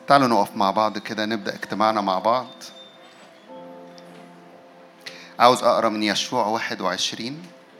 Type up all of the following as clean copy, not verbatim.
تعالوا نقف مع بعض كده، نبدأ اجتماعنا مع بعض. عاوز أقرأ من يشوع 21.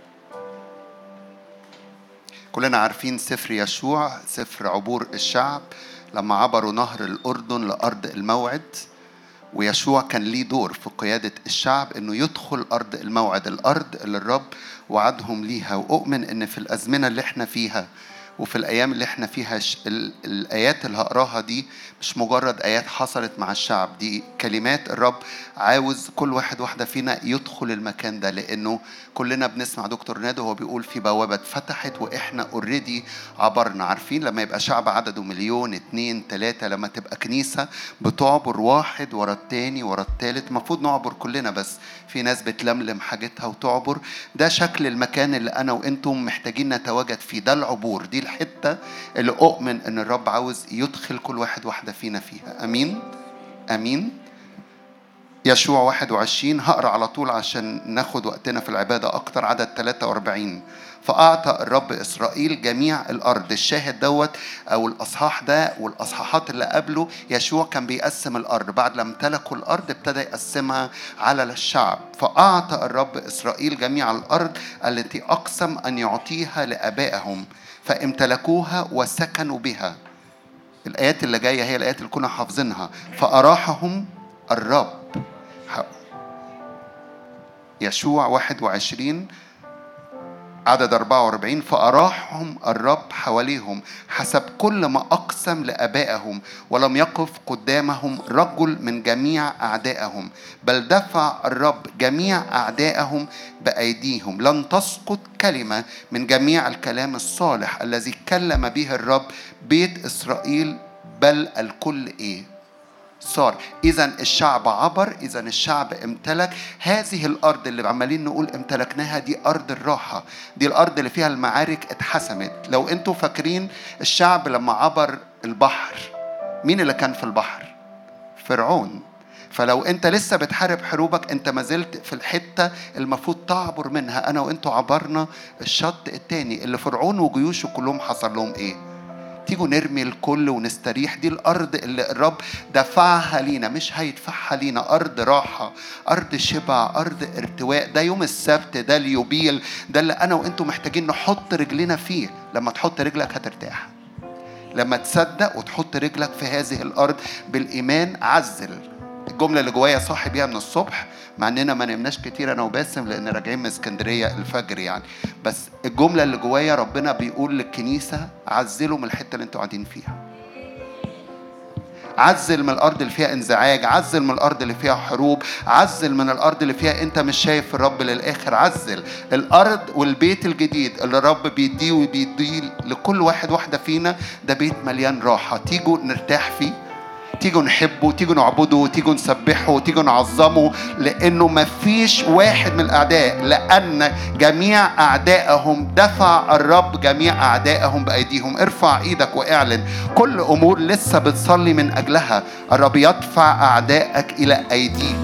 كلنا عارفين سفر يشوع، سفر عبور الشعب لما عبروا نهر الأردن لأرض الموعد، ويشوع كان ليه دور في قيادة الشعب إنه يدخل أرض الموعد، الأرض اللي الرب وعدهم ليها. وأؤمن إن في الأزمنة اللي احنا فيها وفي الأيام اللي احنا فيها الآيات اللي هقراها دي مش مجرد آيات حصلت مع الشعب، دي كلمات الرب عاوز كل واحدة فينا يدخل المكان ده. لأنه كلنا بنسمع دكتور نادو وهو بيقول في بوابة فتحت، وإحنا اوريدي عبرنا. عارفين لما يبقى شعب عدده 1,000,000 2 3، لما تبقى كنيسة بتعبر واحد ورا التاني ورا التالت، المفروض نعبر كلنا، بس في ناس بتلملم حاجتها وتعبر. ده شكل المكان اللي أنا وإنتم محتاجين نتواجد فيه، ده العبور، دي الحتة اللي أؤمن إن الرب عاوز يدخل كل واحدة فينا فيها. أمين أمين. يشوع 21 هقرأ على طول عشان ناخد وقتنا في العبادة أكتر. عدد 43. فأعطى الرب إسرائيل جميع الأرض. الشاهد دوت أو الأصحاح ده والأصحاحات اللي قبله، يشوع كان بيقسم الأرض بعد لما امتلكوا الأرض، ابتدى يقسمها على الشعب. فأعطى الرب إسرائيل جميع الأرض التي أقسم أن يعطيها لآبائهم، فامتلكوها وسكنوا بها. الآيات اللي جاية هي الآيات اللي كنا حافظينها. فأراحهم الرب. يشوع 21 عدد 44. فأراحهم الرب حواليهم حسب كل ما أقسم لآبائهم، ولم يقف قدامهم رجل من جميع أعدائهم، بل دفع الرب جميع أعدائهم بأيديهم. لن تسقط كلمة من جميع الكلام الصالح الذي كلم به الرب بيت إسرائيل، بل الكل صار. إذن الشعب عبر، إذن الشعب امتلك هذه الأرض اللي عمالين نقول امتلكناها. دي أرض الراحة، دي الأرض اللي فيها المعارك اتحسمت. لو أنتوا فاكرين الشعب لما عبر البحر، مين اللي كان في البحر؟ فرعون. فلو أنت لسه بتحارب حروبك، أنت ما زلت في الحتة المفروض تعبر منها. أنا وأنتوا عبرنا الشط التاني اللي فرعون وجيوشه كلهم حصل لهم تيجوا نرمي الكل ونستريح. دي الأرض اللي الرب دفعها لينا، مش هيدفعها لينا. أرض راحة، أرض شبع، أرض ارتواء. ده يوم السبت، ده اليوبيل، ده اللي أنا وإنتوا محتاجين نحط رجلنا فيه. لما تحط رجلك هترتاح، لما تصدق وتحط رجلك في هذه الأرض بالإيمان. عزل. الجملة اللي جوايا صاحي بيها من الصبح، مع اننا ما نمناش كتير انا وباسم لان راجعين من اسكندريه الفجر يعني، بس الجمله اللي جوايا ربنا بيقول للكنيسه عزلوا من الحته اللي انتوا قاعدين فيها. عزل من الارض اللي فيها انزعاج، عزل من الارض اللي فيها حروب، عزل من الارض اللي فيها انت مش شايف الرب للاخر. عزل الارض والبيت الجديد اللي الرب بيديه وبيديه لكل واحده فينا. ده بيت مليان راحه. تيجوا نرتاح فيه، تيجوا نحبه، تيجوا نعبده، تيجوا نسبحه، تيجوا نعظمه. لأنه ما فيش واحد من الأعداء، لأن جميع أعدائهم دفع الرب جميع أعدائهم بأيديهم. ارفع إيدك واعلن كل أمور لسه بتصلي من أجلها. الرب يدفع أعدائك إلى أيديك.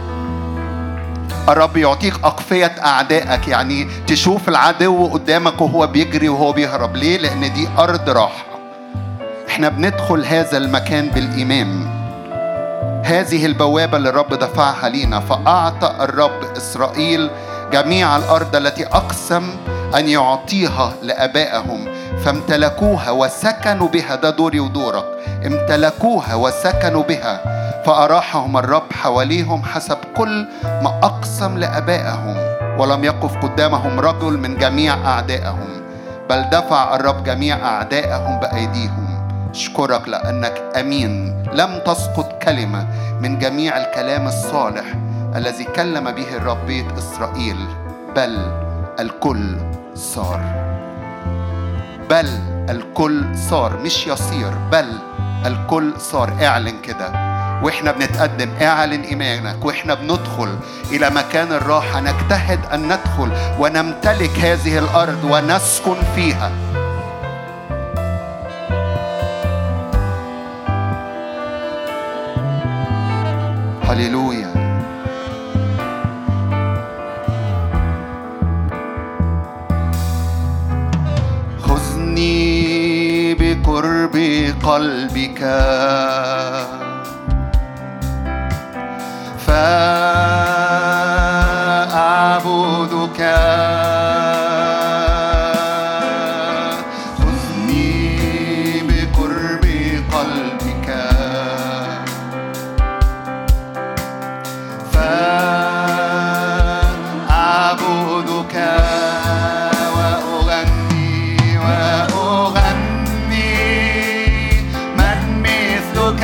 الرب يعطيك أقفية أعدائك، يعني تشوف العدو قدامك وهو بيجري وهو بيهرب. ليه؟ لأن دي أرض راحة. احنا بندخل هذا المكان بالإيمان. هذه البوابة اللي الرب دفعها لينا. فأعطى الرب إسرائيل جميع الأرض التي أقسم أن يعطيها لآبائهم، فامتلكوها وسكنوا بها. ده دوري ودورك. امتلكوها وسكنوا بها. فأراحهم الرب حواليهم حسب كل ما أقسم لآبائهم، ولم يقف قدامهم رجل من جميع أعدائهم، بل دفع الرب جميع أعدائهم بأيديهم. أشكرك لأنك أمين. لم تسقط كلمة من جميع الكلام الصالح الذي كلم به الرب بيت إسرائيل، بل الكل صار. بل الكل صار، مش يصير، بل الكل صار. اعلن كده وإحنا بنتقدم، اعلن إيمانك وإحنا بندخل إلى مكان الراحة. نجتهد أن ندخل ونمتلك هذه الأرض ونسكن فيها. هللويا. خذني بقرب قلبك مثلك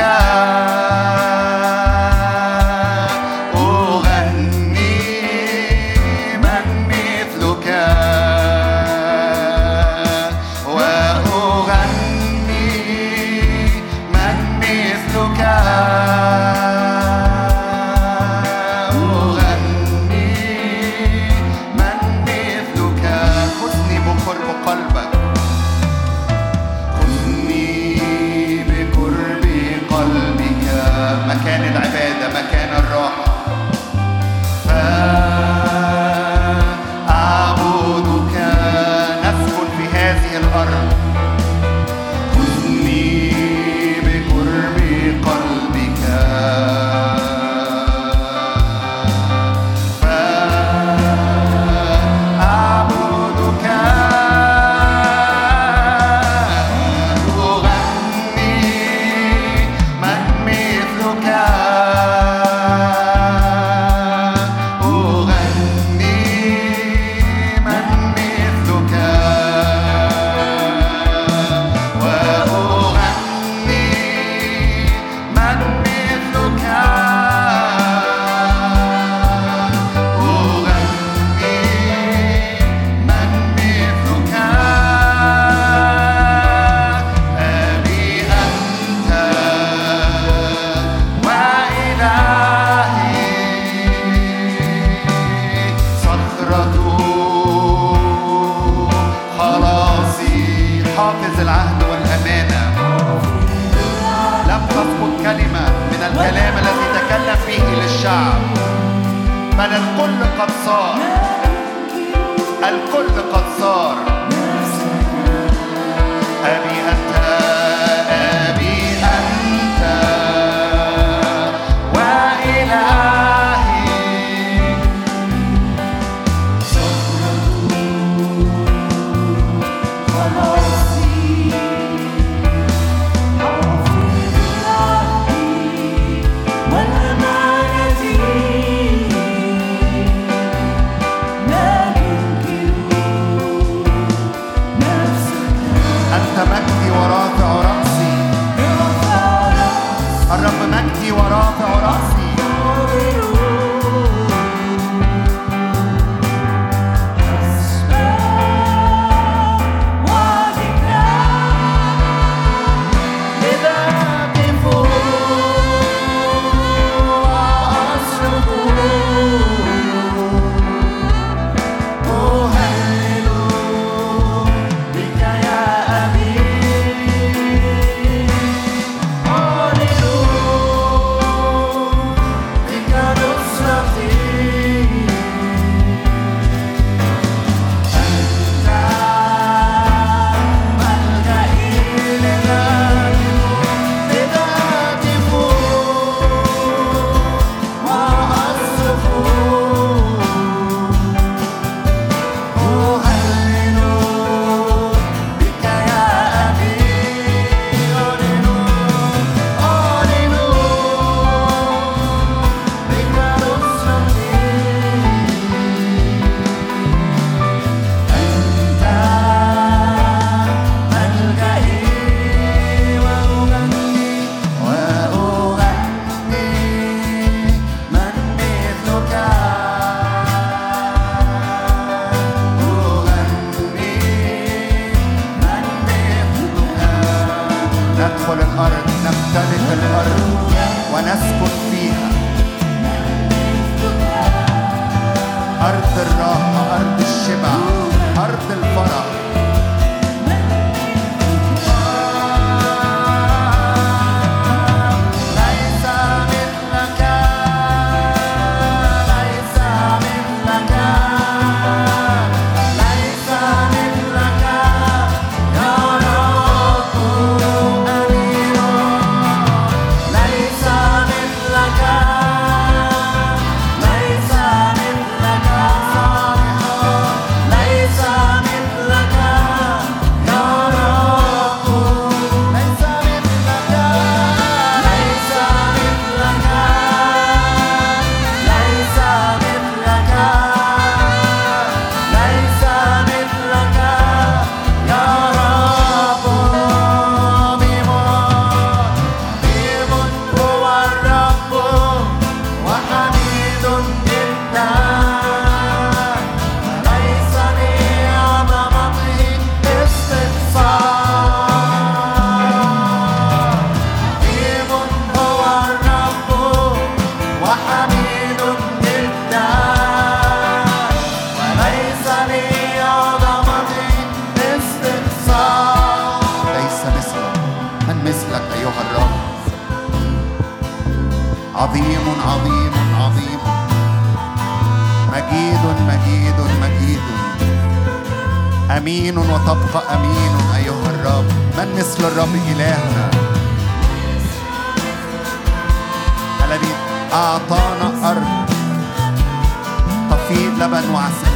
أغني من مثلك وأغني من مثلك أغني من مثلك خذني بقرب قلبك خذني بقرب قلبك مكان العبادة مكان الراحة فأعبدك نسكن في هذه الأرض خذني بقرب قلبك فأعبدك أغني من مثلك أغني من مثلك وأغني من مثلك أغني من مثلك أبي أنت وإلهي صخرة خلاصي حافظ العهد والأمانة لم تسقط كلمة من الكلام الذي تكلم به للشعب بل الكل قد صار الكل قد صار أبي أنت أبي أنت وإلهي أنت مجدي ورافع رأسي الرب مجدي ورافع رأسي إذا أقف وأصرخ أهلل بك يا أبي أهلل بك نصرتي أنت ملجئي لذاتي إذا أقف وأصرخ أهلل بك يا أبي أهلل أهلل بك نصرتي أنت ملجئي وأغني من مثلك أغني من مثلك ندخل الأرض نمتلك الأرض ونسكن فيها أرض الراحة أرض الشبع أرض الفرح ليس مثلك ليس مثلك ليس مثلك يا رب أمين ليس مثلك ليس مثلك صالح ليس مثلك عظيم عظيم عظيم، مجيد مجيد مجيد، أمين وتبقى أمين أيها الرب. من مثل الرب إلهنا الذي أعطانا أرض تفيض لبن وعسل،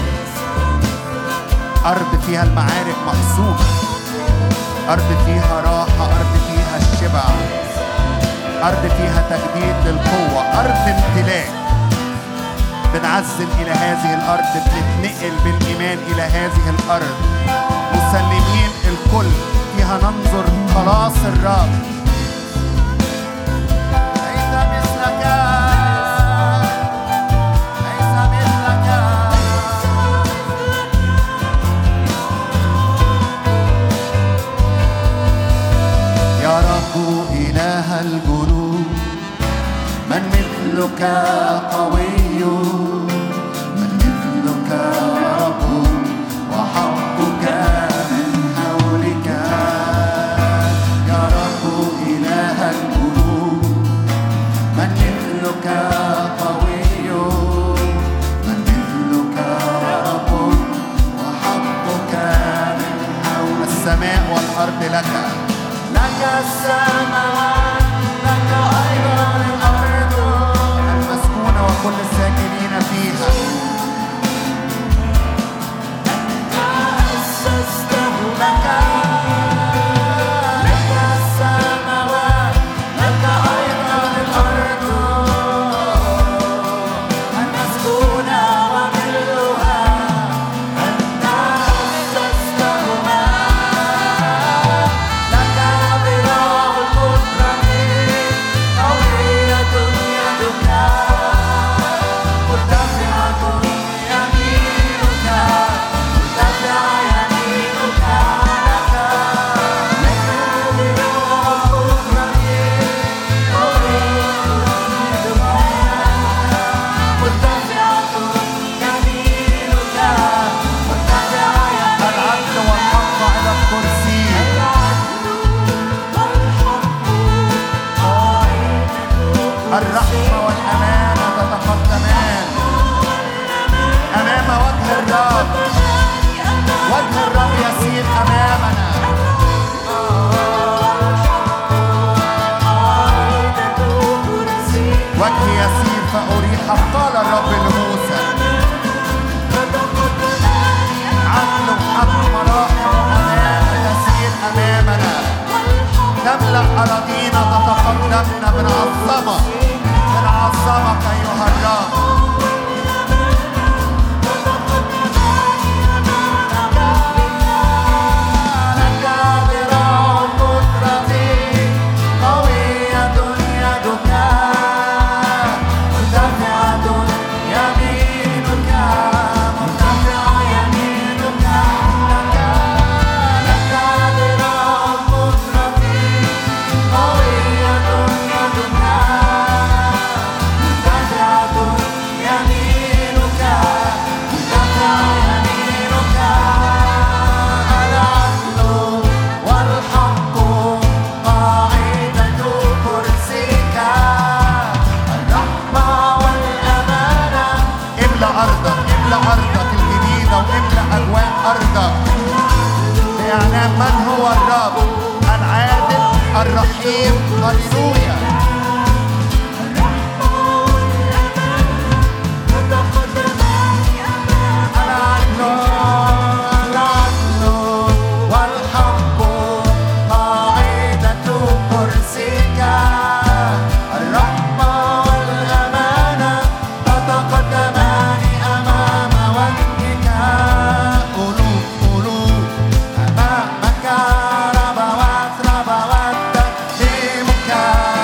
أرض فيها المعارك محسومة، أرض فيها راحة، أرض فيها الشبع، أرض فيها تجديد للقوة، أرض امتلاك. بنعزم إلى هذه الأرض، بنتنقل بالإيمان إلى هذه الأرض، مسلمين الكل فيها ننظر خلاص الرب. ليس مثلك، ليس مثلك يا رب إله الجنود. من مثلك قوي، من مثلك رب، وحقك من حولك يا رب إله الجنود. من مثلك قوي، من مثلك رب، وحقك من حولك. السماء والأرض لك، لك السماوات، لك أيضا الأرض المسكونة وكل الساكنين فيها. أنت أسسته، لك السماوات، لك أيضا الأرض المسكونة وملؤها. أنت أسستهما، لك ذراع القدرة، قوية يدك، مرتفعة يمينك، مرتفعة يمينك. لك ذراع القدرة، قوية يدك، مرتفعة يمينك، مرتفعة يمينك. العدل والحق على الكرسي، الرحمة والأمانة تتقدمان أمام وجه الرب. وجه الرب يسير أمامنا. وجهي يسير فأريحك، قال الرب لموسى. عدل وحق مراحم وأمانة تسير أمامنا، تملأ أراضينا، تتقدمنا. بنعظمك، بنعظمك أيها الرب. لك ذراع القدرة، قوية يدك، مرتفعة يمينك، مرتفعة يمينك. لك ذراع القدرة، قوية يدك، مرتفعة يمينك، مرتفعة يمينك. العدل والحق قاعدة كرسيك، الرحمة والأمانة. املأ أرضك، املأ أرضك الجديدة، واملأ أجواء أرضك بإعلان من هو الرب العادل الرحيم. هللويا. العدل والحق قاعدة كرسيك، الرحمة والأمانة تتقدمان أمام وجهك. قلوب قلوب أمامك، ربوات ربوات تقديمك.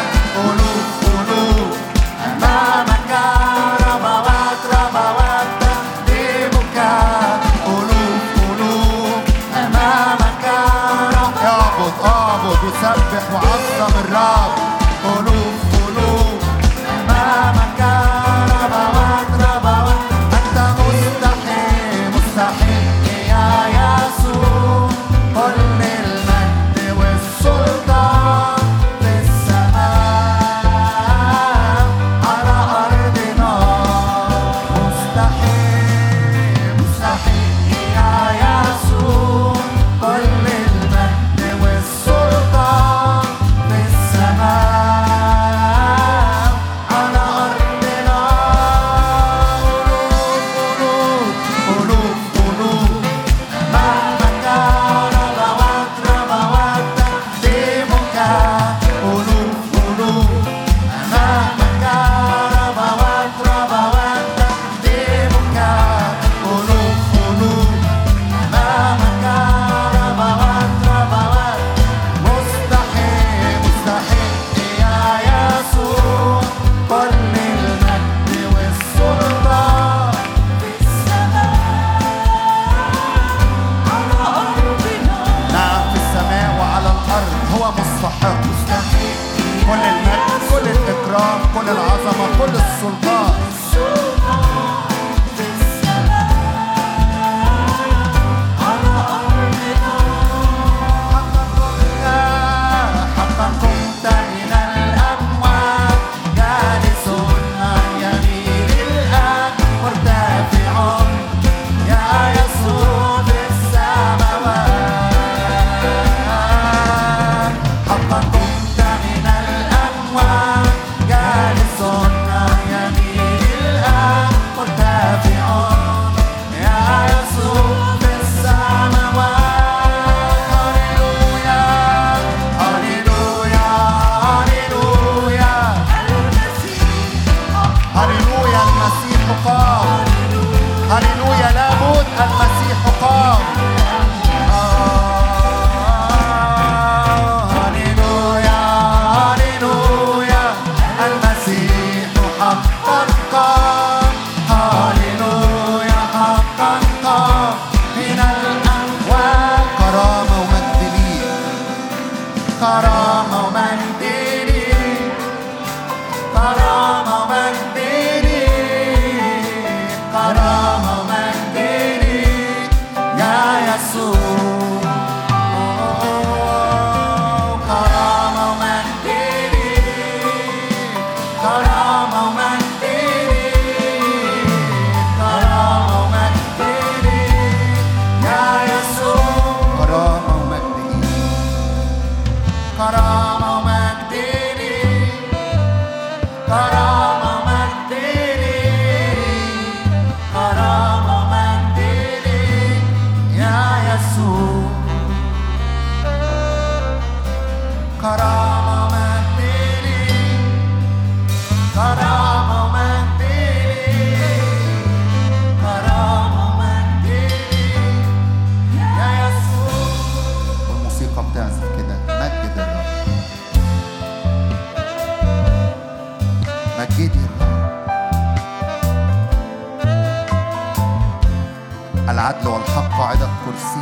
العدل والحق قاعدة كرسي،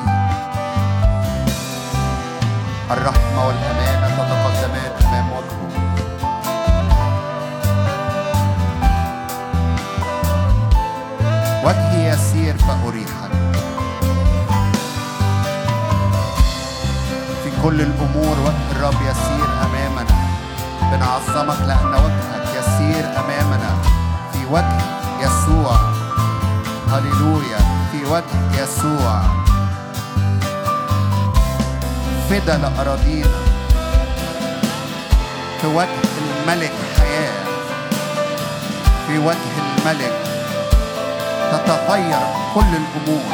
الرحمة والأمانة تتقدمان أمام وجهه. وجهي يسير فأريحك في كل الأمور. وجه الرب يسير أمامنا، بنعظمك لأن وجهك يسير أمامنا في وجه يسوع. هللويا، في وجه يسوع فدا لأراضينا، في وجه الملك حياة، في وجه الملك تتغير كل الأمور،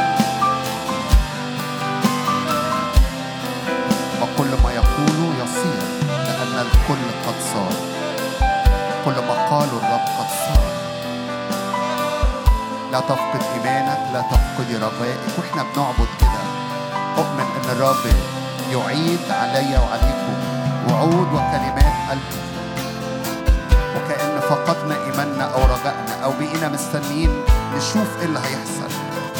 وكل ما يقوله يصير لأن الكل قد صار. كل ما قاله الرب قد صار. لا تفقد إيمانك، لا تفقدي رجائك. وإحنا بنعبد كده أؤمن أن الرب يعيد علي وعليكم وعود وكلمات قلبه، وكأن فقدنا إيماننا أو رجائنا أو بقينا مستنيين نشوف إيه اللي هيحصل.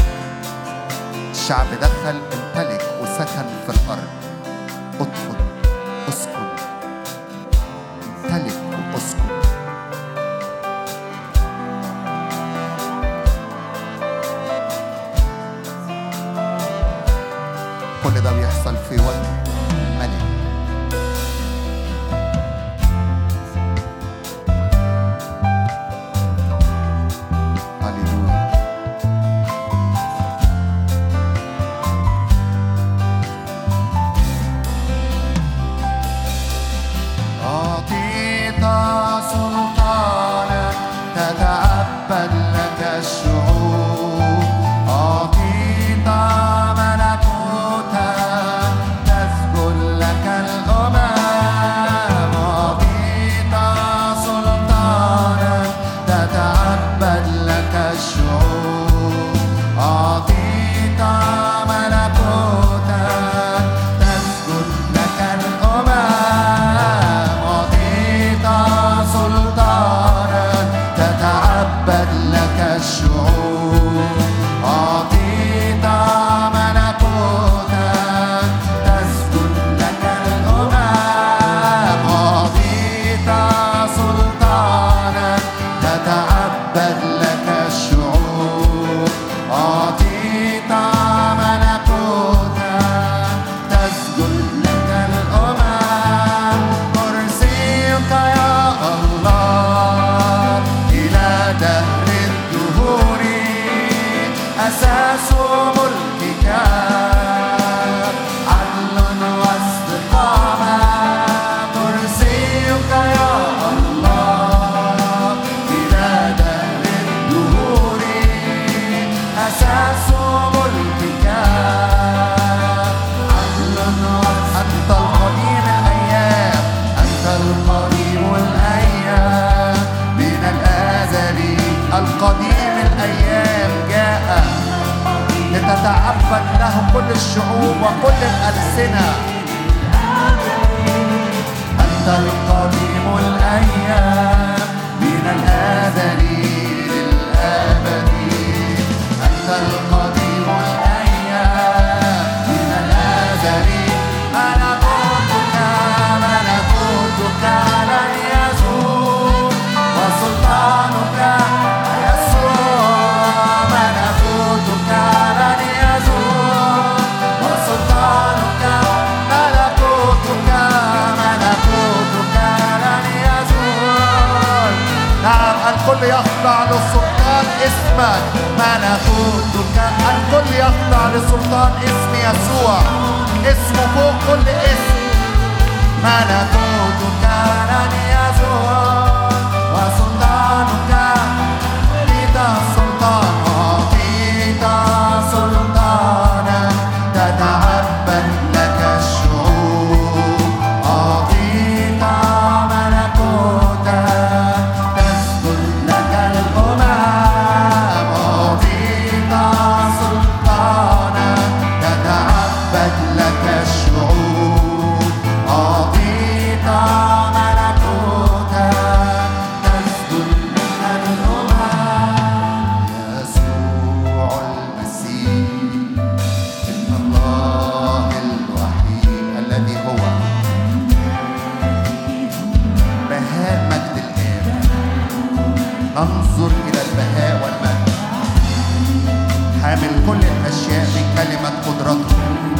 الشعب دخل امتلك وسكن في الأرض. ادخل اسكن، امتلك واسكن. كل ده بيحصل في وجه الملك. هللويا. أعطيت سلطانا تتعبد لك الشعوب، أعطيت تتعبد له كل الشعوب وكل الألسنة. أنت القديم الأيام من الأزل للأبد. أنت القديم الأيام من الأزل. ملكوتك لن يزول وسلطانك الكل يخضع لسلطان اسمك. ملكوتك الكل يخضع لسلطان اسم يسوع، اسمه فوق كل اسم. ملكوتك لن يزول ننظر إلى البهاء والمجد، حامل كل الأشياء بكلمة قدرته،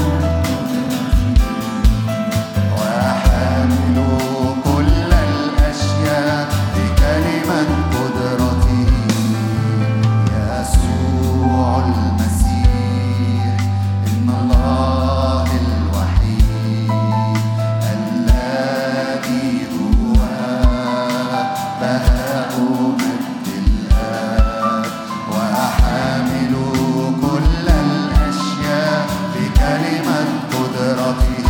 وحامل كل الأشياء بكلمة قدرته، يسوع المسيح إن الله الوحيد الذي هو بهاء مجد الآب، وحامل كل الأشياء بكلمة قدرته،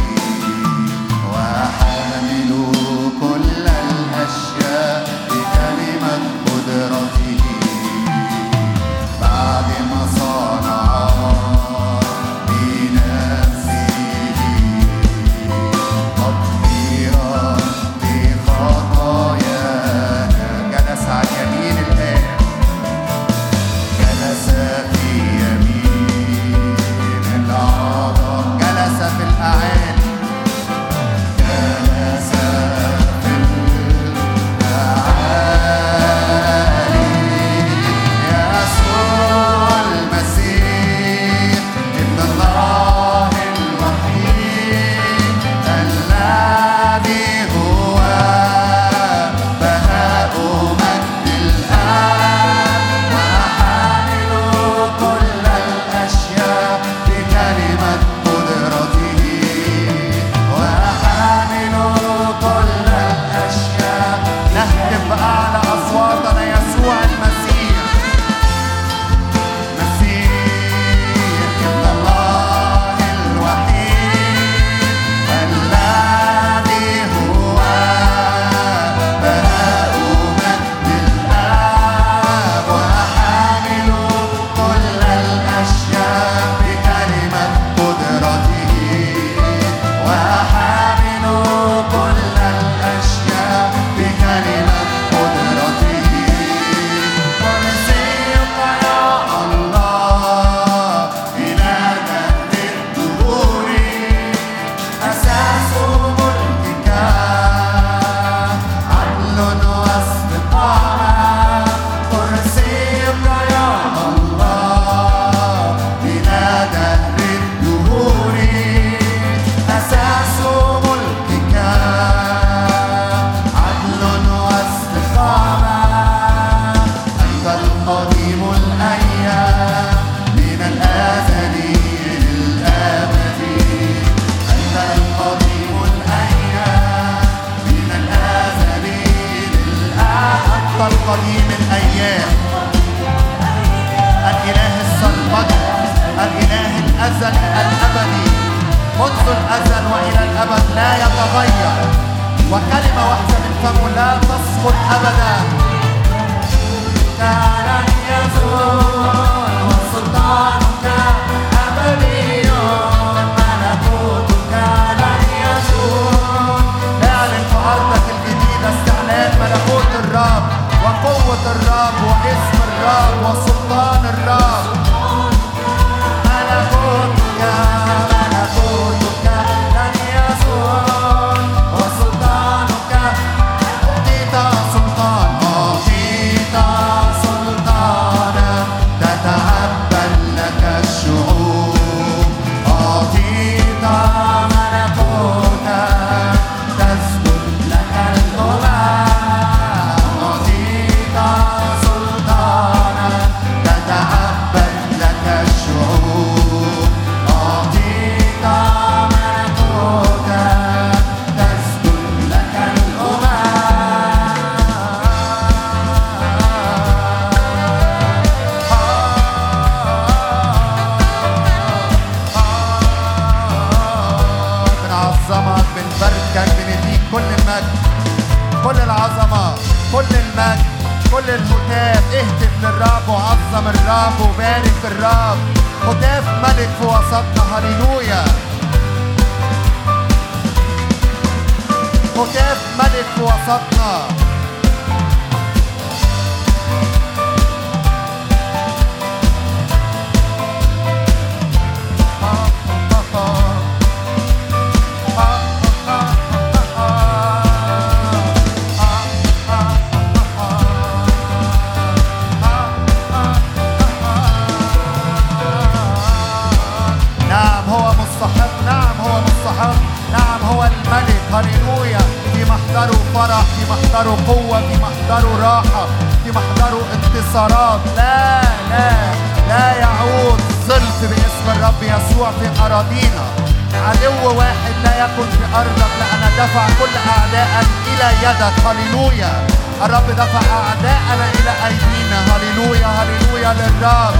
وحامل كل الأشياء بكلمة قدرته، بعد ما صنع بنفسه تطهيرا لخطايانا، جلس عن يمين الآب، جلس في يمين العظم، جلس في الأعالي، جلس في الأعالي، يسوع المسيح ابن الله الوحيد الذي هو بهاء مجد الآب، وحامل كل الأشياء بكلمة قدرته، وحامل كل الأشياء. نهتف بأعلى أصواتنا يسوع المسيح، مسيح ابن الله الوحيد الذي هو بهاء مجد الآب، وحامل كل الأشياء بكلمة قدرته، وحامل كل الأشياء بكلمة قدرته، ونسيق يا الله إلى مجد الدهور، أساس ملكك عدل واستقامة، ونسيق يا الله إلى دهر الدهور، أساس ملكك عدل واستقامة، أنت القديم الأيام من الأزل للأبد، أنت القديم الأيام من الأزل للأبد، أنت القديم الأيام، الإله السرمدي، الإله الأزلي الأبدي، منذ الأزل وإلى الأبد لا يتغير، وكلمة واحدة من فمه لا تسقط أبدا. كان يزول وسلطانك أبدي، ملكوتك لن يزول. اعلن في أرضك الجديدة استعلان ملكوت الرب وقوة الرب واسم الرب وسلطان الرب. ملكوتك لن يزول، وسلطانك أعطيت سلطانا تتعبد لك الشعوب، أعطيت ملكوتا تسجد لك الأمم، أعطيت سلطانا تتعبد لك الشعوب، أعطيت ملكوتا تسجد لك بنعظمك، بنباركك، بنديك كل المجد، كل العظمة، كل المجد، كل الهتاف. اهتف للرب وعظم الرب وبارك الرب. هتاف ملك في وسطنا، هللويا. هتاف ملك في وسطنا. في محضره راحة، في محضره انتصارات. لا يعود ظلف باسم الرب يسوع في أراضينا. عدو واحد لا يكن في أرضك، لأن دفع كل أعداءك إلى يدك. هللويا. الرب دفع أعداءنا إلى أيدينا. هللويا هللويا للرب.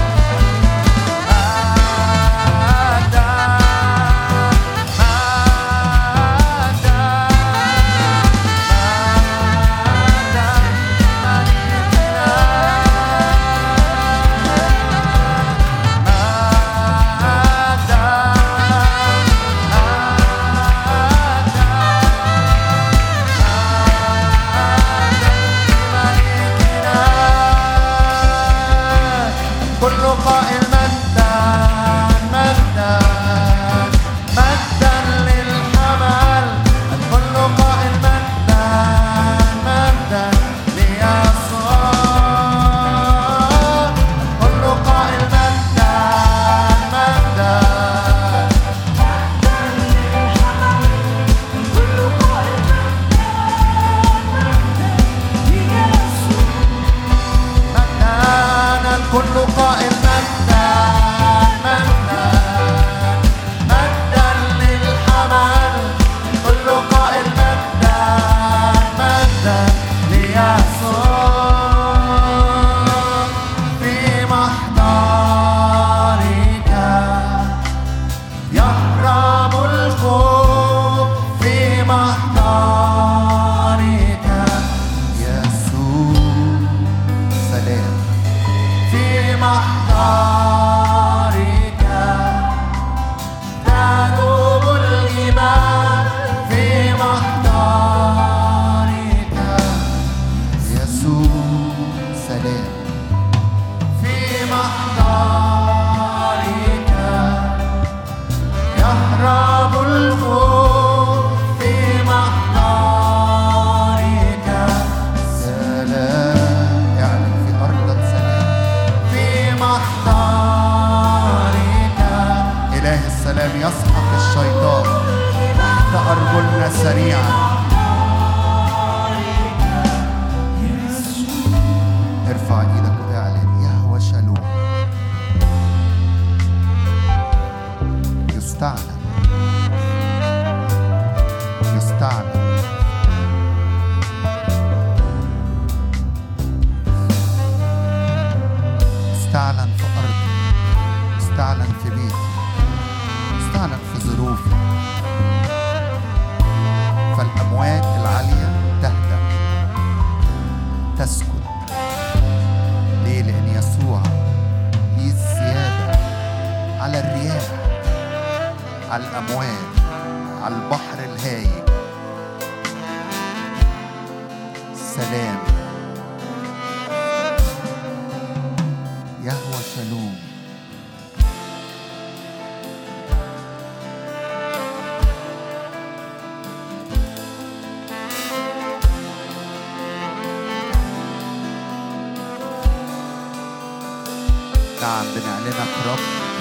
نعم بنعلنك رب،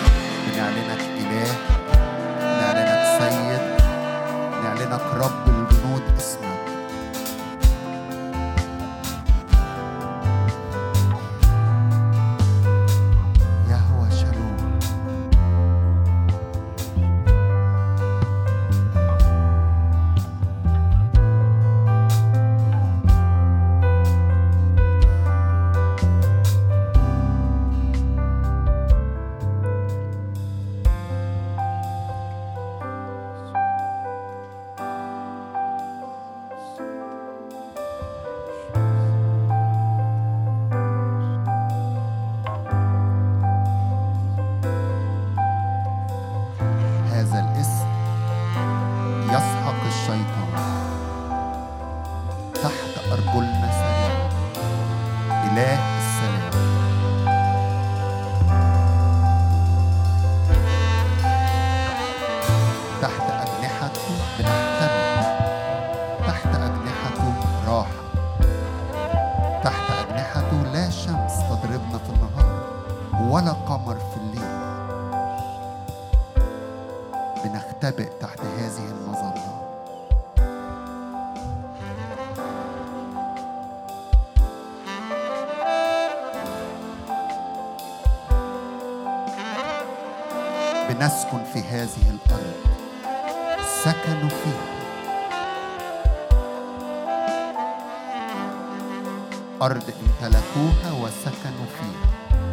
بنعلنك إله، بنعلنك سيد، بنعلنك رب الجنود اسمك. يهوه شالوم. بنسكن في هذه الأرض سكنوا فيها، أرض امتلكوها وسكنوا فيها.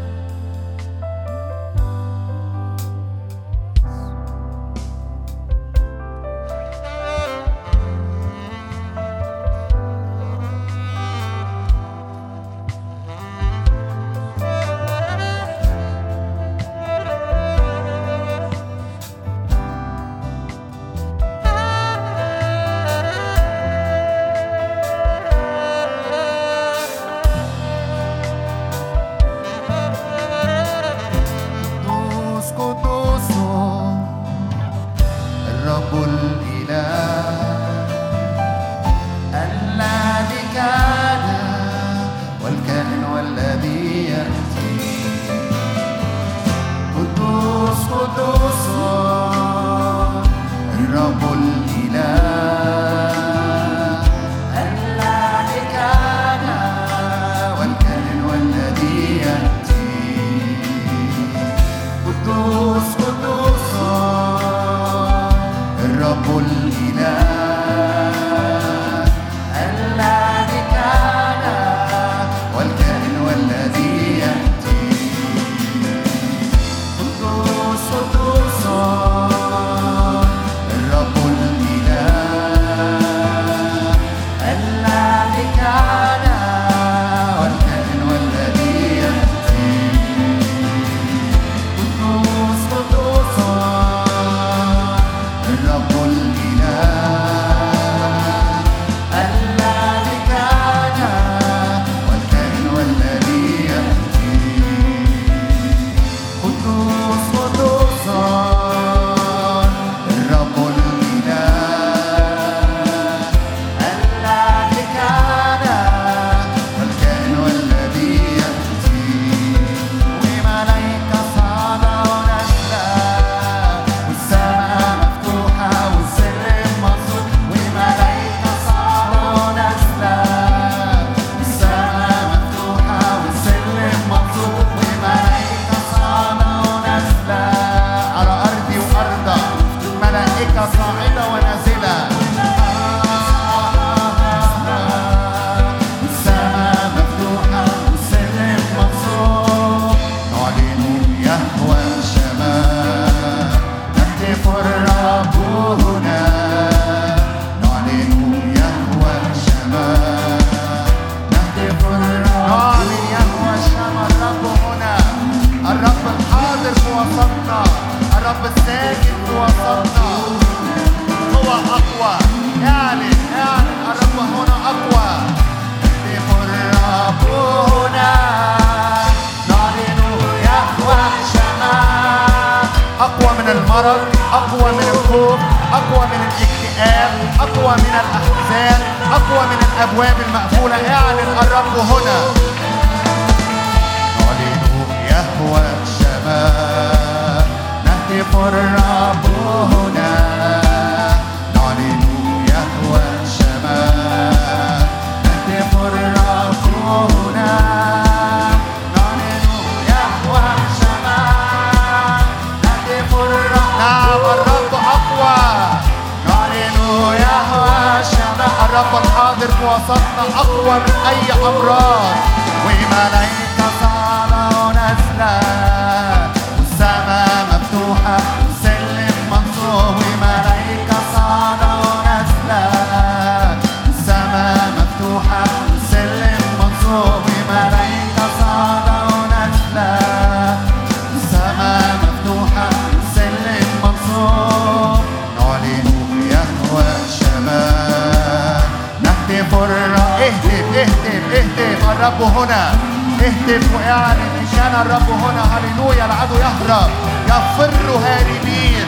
الرب هنا. اهتف واعلن إن كان الرب هنا. هللويا. العدو يهرب، يفر هاربين.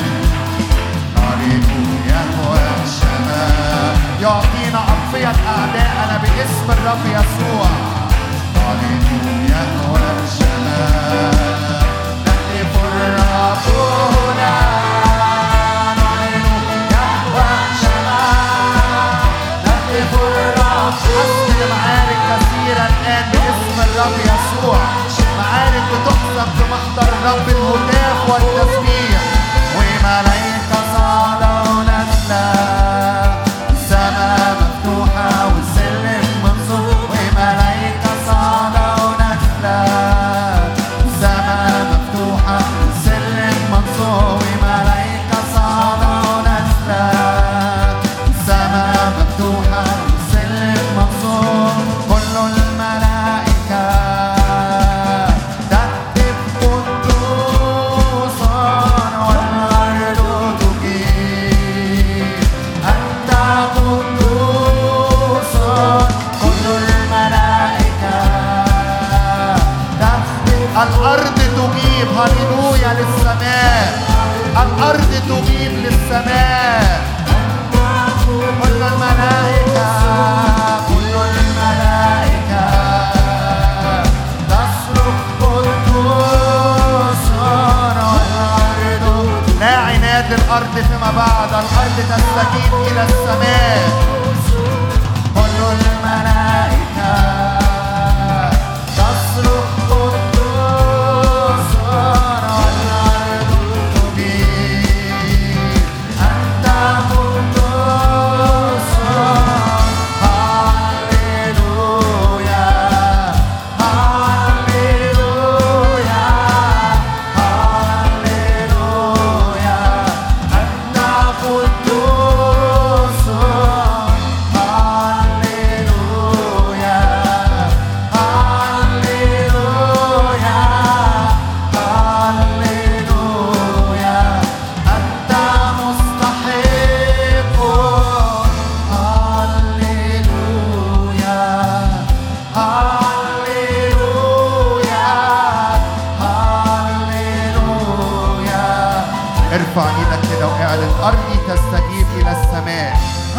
هللويا. والشمال يعطينا أطفية أعداءنا باسم الرب يسوع. هللويا. والشمال نهتف الرب هنا. هللويا. والشمال نهتف الرب. حسن معارك كثيرة الآن باسم الرب يسوع. معارك بتحسب في محضر الرب، الهتاف والتسبيح. وملايكة صعدة ونازلة، السماء مفتوحة والسلم منصوب، وملايكة صعدة ونازلة، السماء مفتوحة والسلم منصوب، وملايكة صعدة ونازلة، السماء مفتوحة والسلم منصوب، كل الملائكة تهتف قدوس والأرض تجيب أنت قدوس، كل الملائكة تهتف، الأرض تجيب هللويا للسماء، الأرض تجيب للسماء، كل الملائكة كل الملائكة تصرخ قدوس والأرض، لا عناد الأرض فيما بعد، الأرض تستجيب إلى السماء، كل الملائكة تصرخ قدوس والأرض تجيب أنت قدوس، هاليلويا هاليلويا هاليلويا أنت قدوس، هاليلويا هاليلويا هاليلويا أنت مستحق، هاليلويا هاليلويا هاليلويا. ارفع ايدك كده واعلن أرضي تستجيب إلى السماء،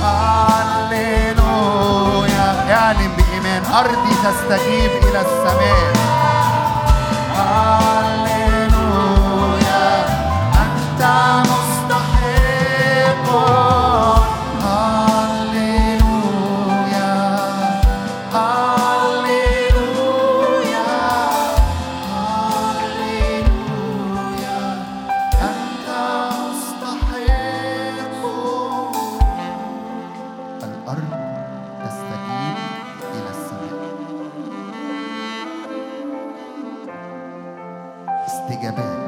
هاليلويا، اعلن بإيمان أرضي تستجيب إلى السماء، هاليلويا أنت مستحق، هاليلويا هاليلويا هاليلويا أنت مستحق، الأرض تستجيب إلى السماء. استجابات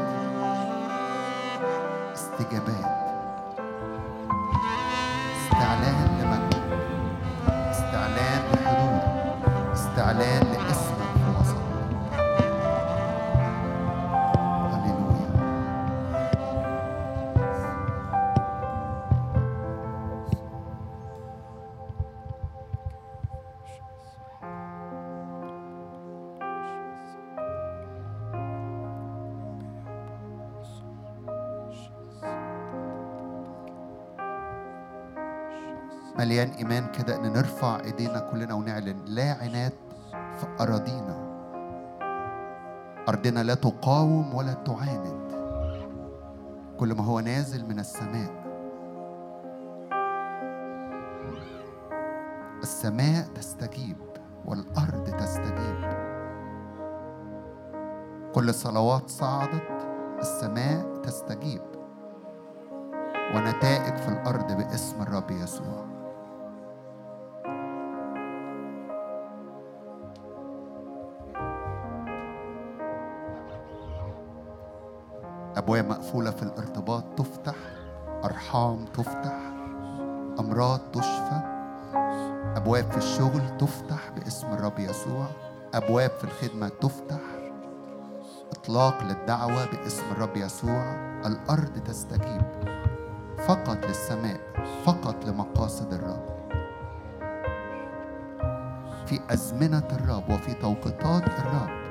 استجابات، استعلان لمجد، استعلان لحضور، استعلان لاسمك في وسط. هللويا. مليان إيمان كده إن نرفع إيدينا كلنا ونعلن لا عناد في أراضينا، أرضنا لا تقاوم ولا تعاند، كل ما هو نازل من السماء، السماء تستجيب والأرض تستجيب، كل صلوات صعدت السماء تستجيب، ونتائج في الأرض باسم الرب يسوع. أبواب مقفولة في الارتباط تفتح، أرحام تفتح، أمراض تشفى، أبواب في الشغل تفتح باسم الرب يسوع، أبواب في الخدمة تفتح، إطلاق للدعوة باسم الرب يسوع. الأرض تستجيب فقط للسماء، فقط لمقاصد الرب، في أزمنة الرب وفي توقيتات الرب.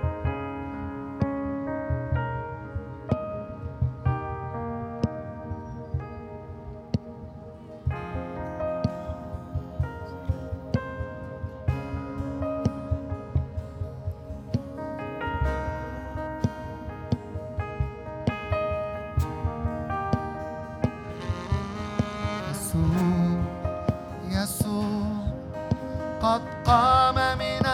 قد قام من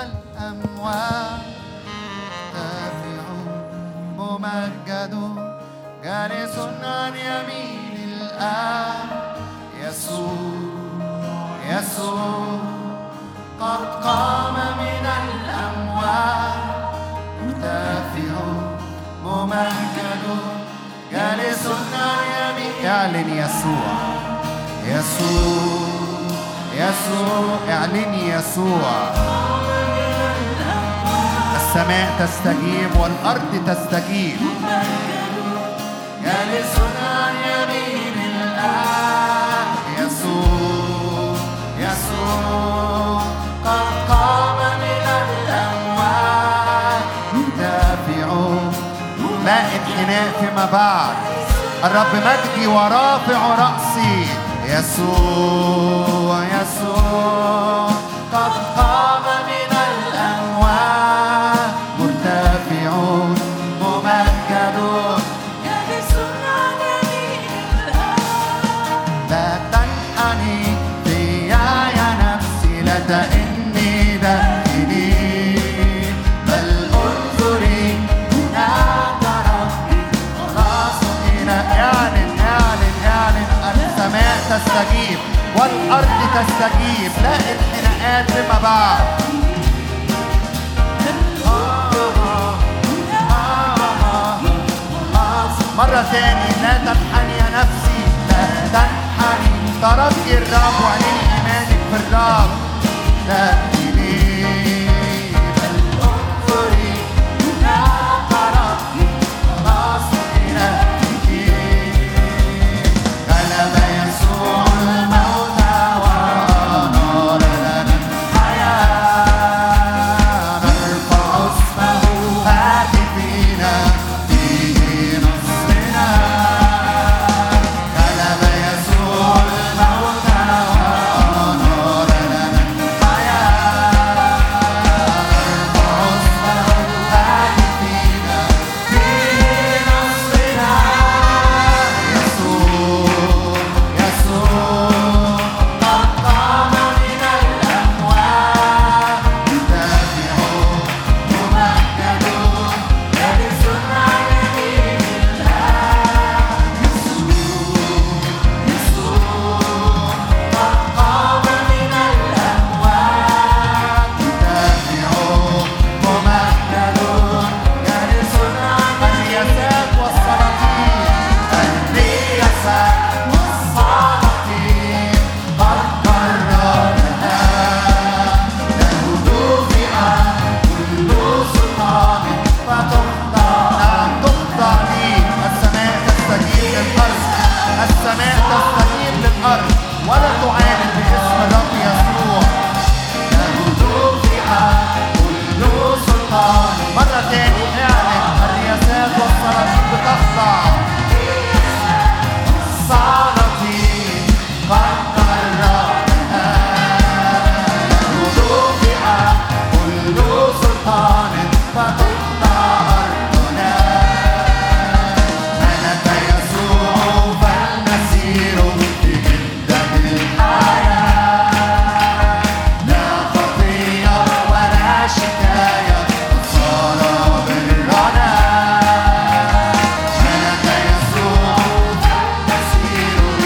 الأموات، دافع ممجد جالس عن يمين الآب. يسوع قد قام من الأموات، مرتفع ممجد جالس عن يمين. اعلن يسوع، اعلن يسوع. السماء تستجيب والأرض تستجيب. جالس عن يمين الآب. يسوع قد قام من الأموات، مرتفع لا انحناء فيما بعد. الرب مجدي ورافع رأسي. يسوع قد قام من الأموات، مرتفع ممجد جالس عن يمين الآب. لا تنحني فيا يا نفسي، لا تئني داخلي، بل انظري هناك ربي راسنا. اعلن السماء تستجيب والأرض تستجيب، لا انحناءات فيما بعد. مرة تاني، لا تنحني يا نفسي، لا تنحني. ترجي الرب واعلني إيمانك في الرب. لا تنحني بل انظري هناك ربي راسنا. غلب يسوع الموت ونار لنا الحياة، نرفع اسمه هاتفين فيه نصرنا. غلب يسوع الموت ونار لنا الحياة، نرفع اسمه هاتفين فيه نصرنا. يسوع قد قام من الأموات، مرتفع ممجد جالس عن يمين الآب. يسوع قد قام من الأموات، مرتفع ممجد جالس عن الرياسات والسلاطين. الرياسات والسلاطين قد قررها، له دفع كل سلطان فتخضع لي. السماء تستجيب للأرض، السماء تستجيب للأرض ولا تعاند باسم الرب يسوع. له دفع كل سلطان. مرة تاني اعلن، الرياسات والسلاطين بتخضع. السلاطين قد قررها، له دفع كل سلطان فتخضع أرضنا. ملك يسوع فلنسير بجدة الحياة، لا خطية ولا شكاية، قد صار برنا. ملك يسوع فلنسير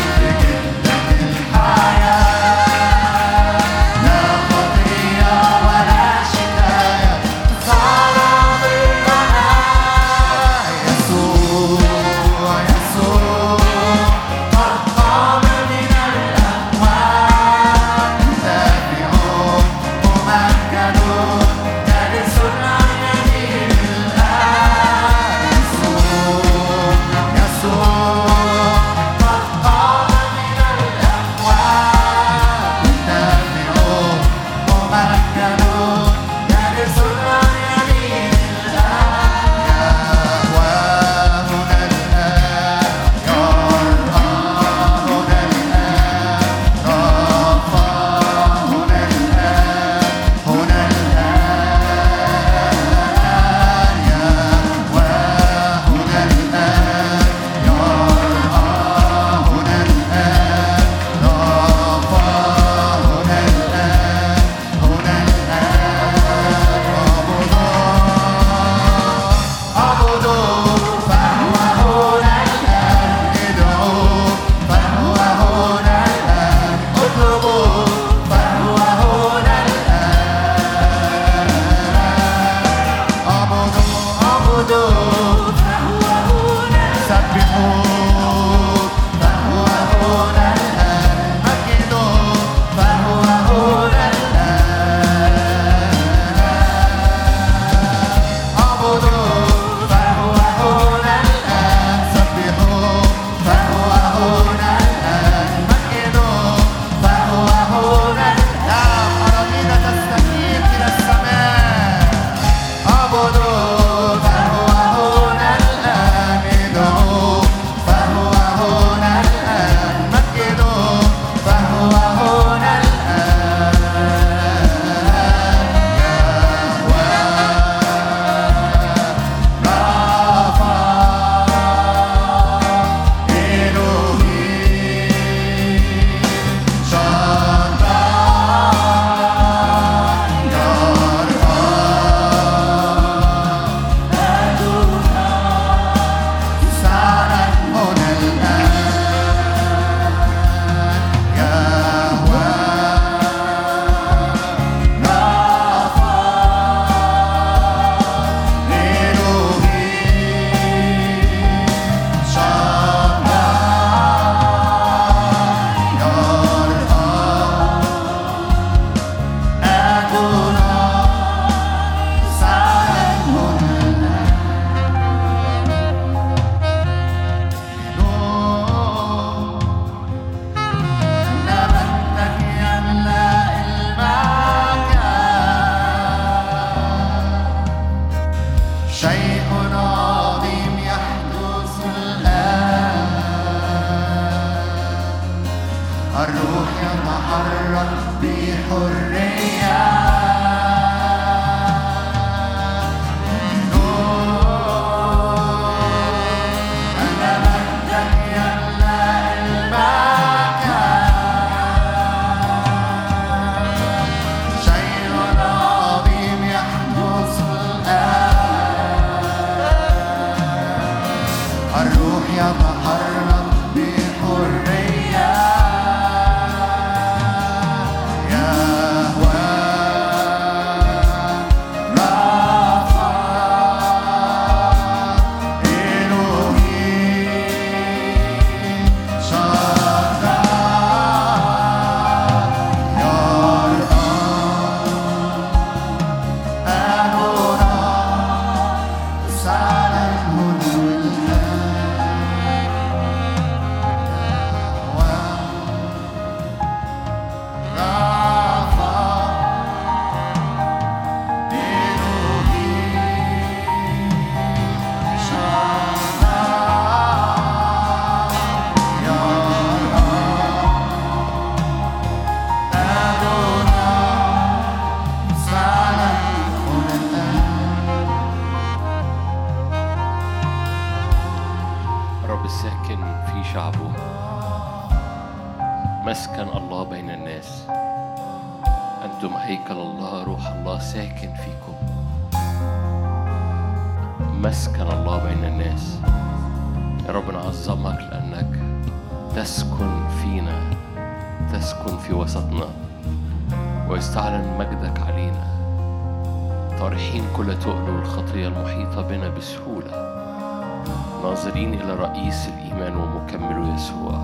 ناظرين إلى رئيس الإيمان ومكمله يسوع،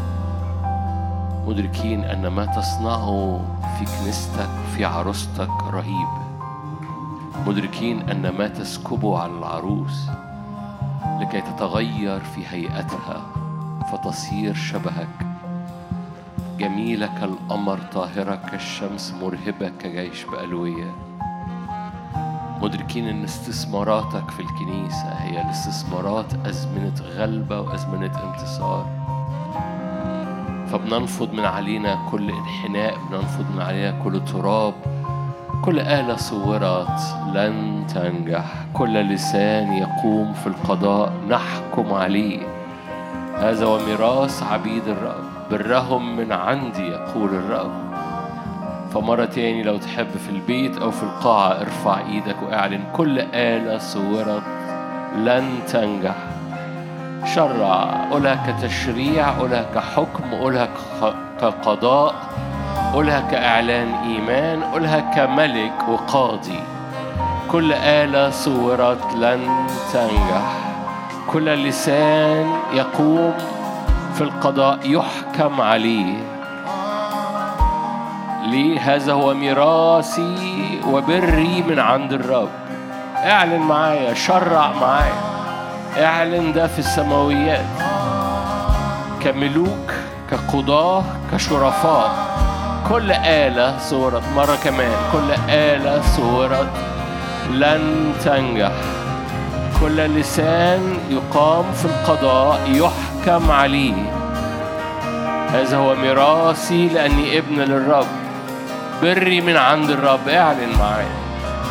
مدركين أن ما تصنعه في كنيستك وفي عروستك رهيب، مدركين أن ما تسكبه على العروس لكي تتغير في هيئتها فتصير شبهك، جميلة كالقمر، طاهرة كالشمس، مرهبة كجيش بألوية. مدركين أن استثماراتك في الكنيسة هي الاستثمارات أزمنة غلبة وأزمنة انتصار. فبننفض من علينا كل انحناء، بننفض من علينا كل تراب، كل آلة صورت لن تنجح، كل لسان يقوم في القضاء نحكم عليه. هذا وميراث عبيد الرب، برهم من عندي يقول الرب. فمرة تاني لو تحب في البيت أو في القاعة ارفع إيدك واعلن كل آلة صورت لن تنجح. شرع، قولها كتشريع، قولها كحكم، قولها كقضاء، قولها كإعلان إيمان، قولها كملك وقاضي. كل آلة صورت لن تنجح. كل لسان يقوم في القضاء يحكم عليه. لي هذا هو ميراثي وبري من عند الرب. اعلن معايا، شرع معايا، اعلن ده في السماويات. كملوك، كقضاة، كشرفاء. كل آلة صورت، مرة كمان، كل آلة صورت لن تنجح. كل لسان يقام في القضاء يحكم عليه. هذا هو ميراثي لأني ابن للرب، بري من عند الرب. اعلن معايا.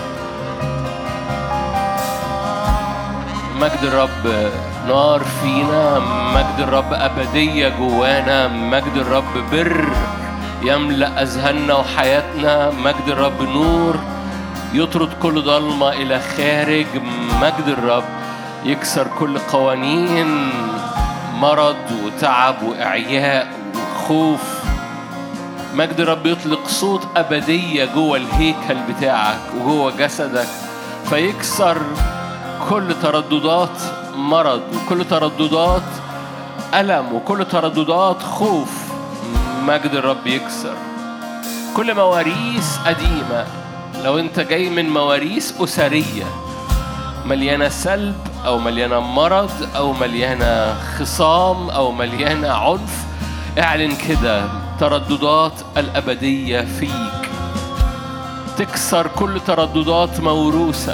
مجد الرب نار فينا، مجد الرب أبدية جوانا، مجد الرب بر يملأ أذهاننا وحياتنا، مجد الرب نور يطرد كل ظلمة إلى خارج، مجد الرب يكسر كل قوانين مرض وتعب وإعياء وخوف. مجد الرب يطلق صوت أبدية جوه الهيكل بتاعك وجوه جسدك، فيكسر كل ترددات مرض وكل ترددات ألم وكل ترددات خوف. مجد الرب يكسر كل مواريث قديمة. لو انت جاي من مواريث أسرية مليانة سلب أو مليانة مرض أو مليانة خصام أو مليانة عنف، اعلن كده ترددات الأبدية فيك تكسر كل ترددات موروثة،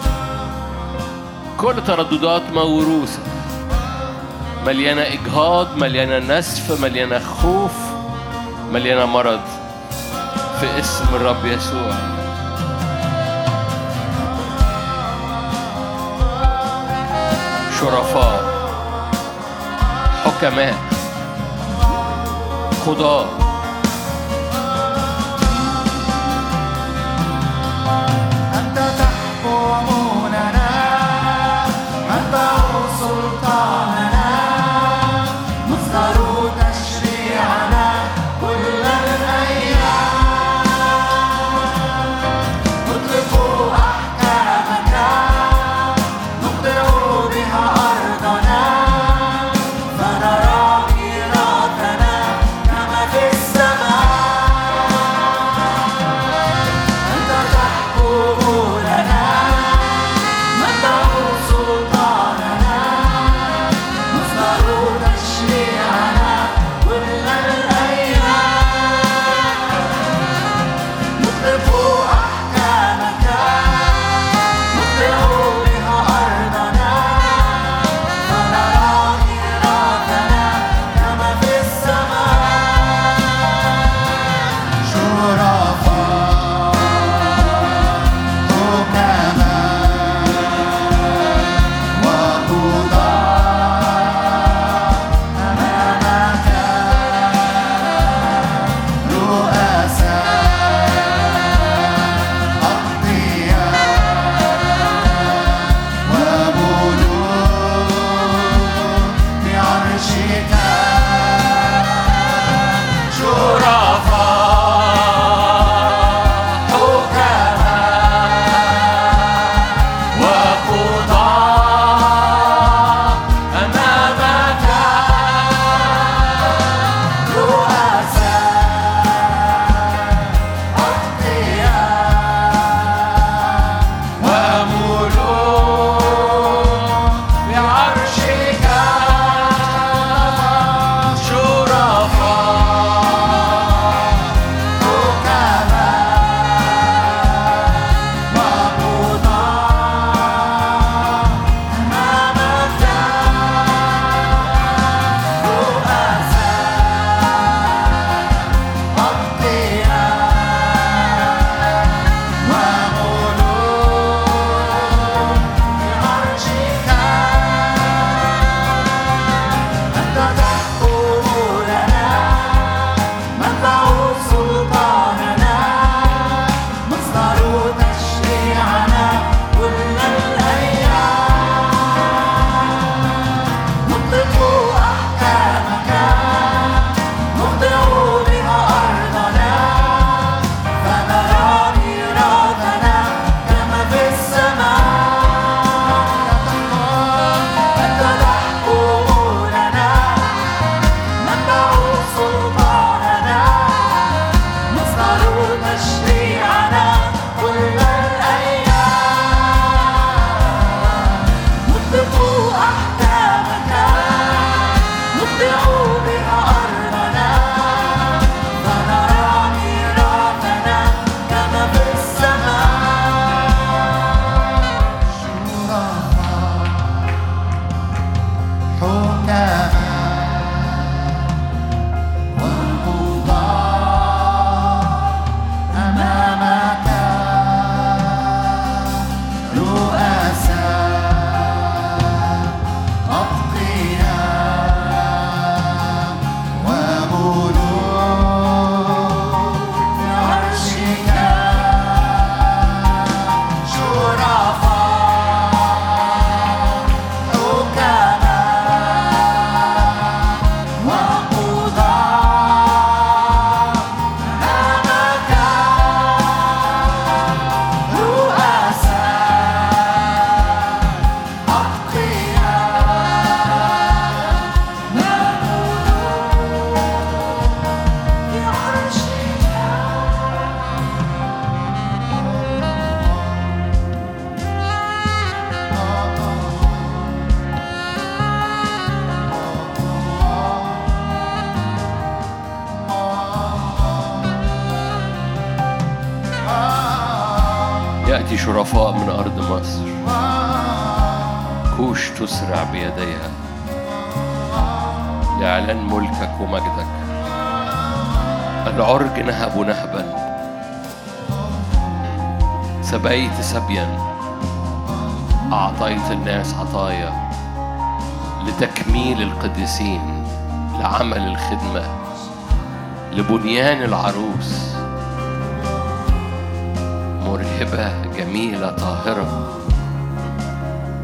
كل ترددات موروثة مليانة إجهاض، مليانة نسف، مليانة خوف، مليانة مرض، في اسم الرب يسوع. شرفاء، حكماء، قضاة، أنت تحكموننا، منبع سلطاننا، مصدر تشريعنا كل الأيام. نطلق أحكامك نقطع بها أرضنا، فنرى ميراثنا كما في شرفاء من أرض مصر، كوش تسرع بيديها لإعلان ملكك ومجدك. العرج نهب نهبا، سبيت سبيا، أعطيت الناس عطايا لتكميل القديسين، لعمل الخدمة، لبنيان العروس. مرهبة جميلة طاهرة،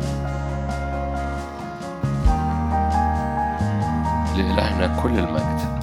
لإلهنا كل المجد.